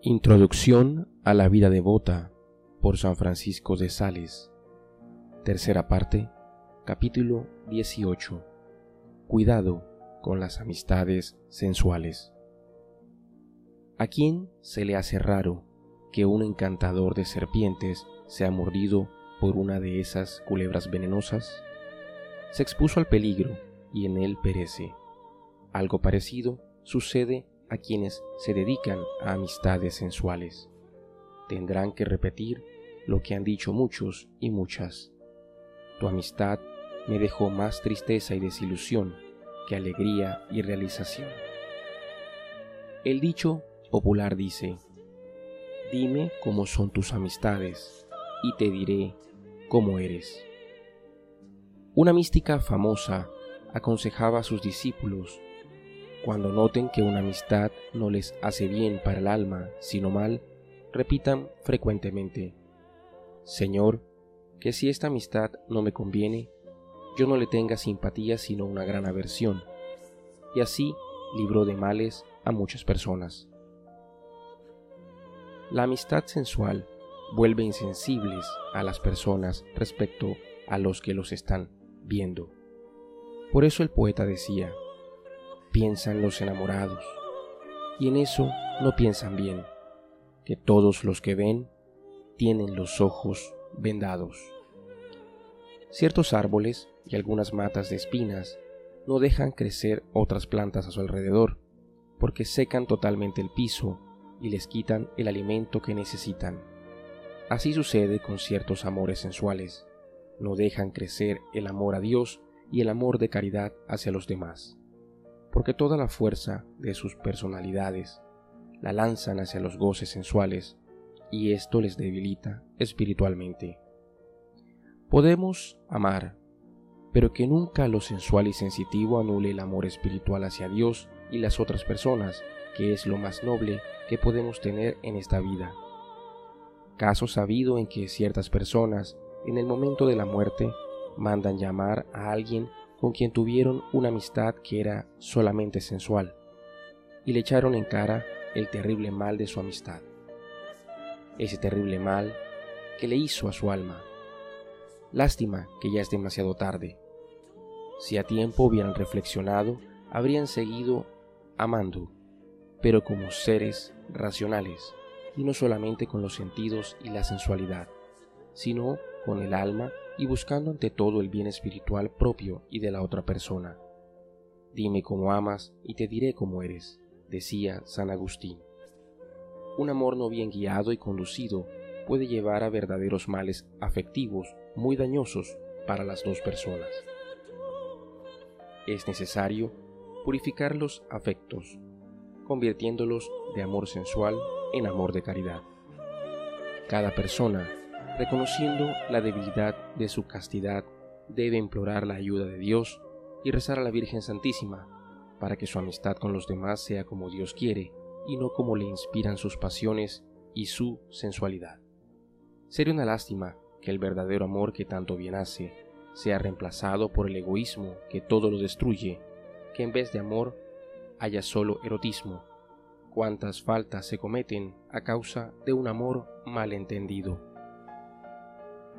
Introducción a la vida devota por San Francisco de Sales. Tercera parte, capítulo 18. Cuidado con las amistades sensuales. ¿A quién se le hace raro que un encantador de serpientes sea mordido por una de esas culebras venenosas? Se expuso al peligro y en él perece. Algo parecido sucede a quienes se dedican a amistades sensuales. Tendrán que repetir lo que han dicho muchos y muchas. Tu amistad me dejó más tristeza y desilusión que alegría y realización. El dicho popular dice: dime cómo son tus amistades y te diré cómo eres. Una mística famosa aconsejaba a sus discípulos: cuando noten que una amistad no les hace bien para el alma, sino mal, repitan frecuentemente: Señor, que si esta amistad no me conviene, yo no le tenga simpatía sino una gran aversión. Y así libró de males a muchas personas. La amistad sensual vuelve insensibles a las personas respecto a los que los están viendo. Por eso el poeta decía: piensan los enamorados, y en eso no piensan bien, que todos los que ven tienen los ojos vendados. Ciertos árboles y algunas matas de espinas no dejan crecer otras plantas a su alrededor, porque secan totalmente el piso y les quitan el alimento que necesitan. Así sucede con ciertos amores sensuales, no dejan crecer el amor a Dios y el amor de caridad hacia los demás, porque toda la fuerza de sus personalidades la lanzan hacia los goces sensuales, y esto les debilita espiritualmente. Podemos amar, pero que nunca lo sensual y sensitivo anule el amor espiritual hacia Dios y las otras personas, que es lo más noble que podemos tener en esta vida. Caso sabido en que ciertas personas, en el momento de la muerte, mandan llamar a alguien con quien tuvieron una amistad que era solamente sensual, y le echaron en cara el terrible mal de su amistad. Ese terrible mal que le hizo a su alma. Lástima que ya es demasiado tarde. Si a tiempo hubieran reflexionado, habrían seguido amando, pero como seres racionales, y no solamente con los sentidos y la sensualidad, sino con el alma y buscando ante todo el bien espiritual propio y de la otra persona. Dime cómo amas y te diré cómo eres, decía San Agustín. Un amor no bien guiado y conducido puede llevar a verdaderos males afectivos muy dañosos para las dos personas. Es necesario purificar los afectos, convirtiéndolos de amor sensual en amor de caridad. Cada persona, reconociendo la debilidad de su castidad, debe implorar la ayuda de Dios y rezar a la Virgen Santísima para que su amistad con los demás sea como Dios quiere y no como le inspiran sus pasiones y su sensualidad. Sería una lástima que el verdadero amor que tanto bien hace sea reemplazado por el egoísmo que todo lo destruye, que en vez de amor haya solo erotismo. Cuántas faltas se cometen a causa de un amor malentendido.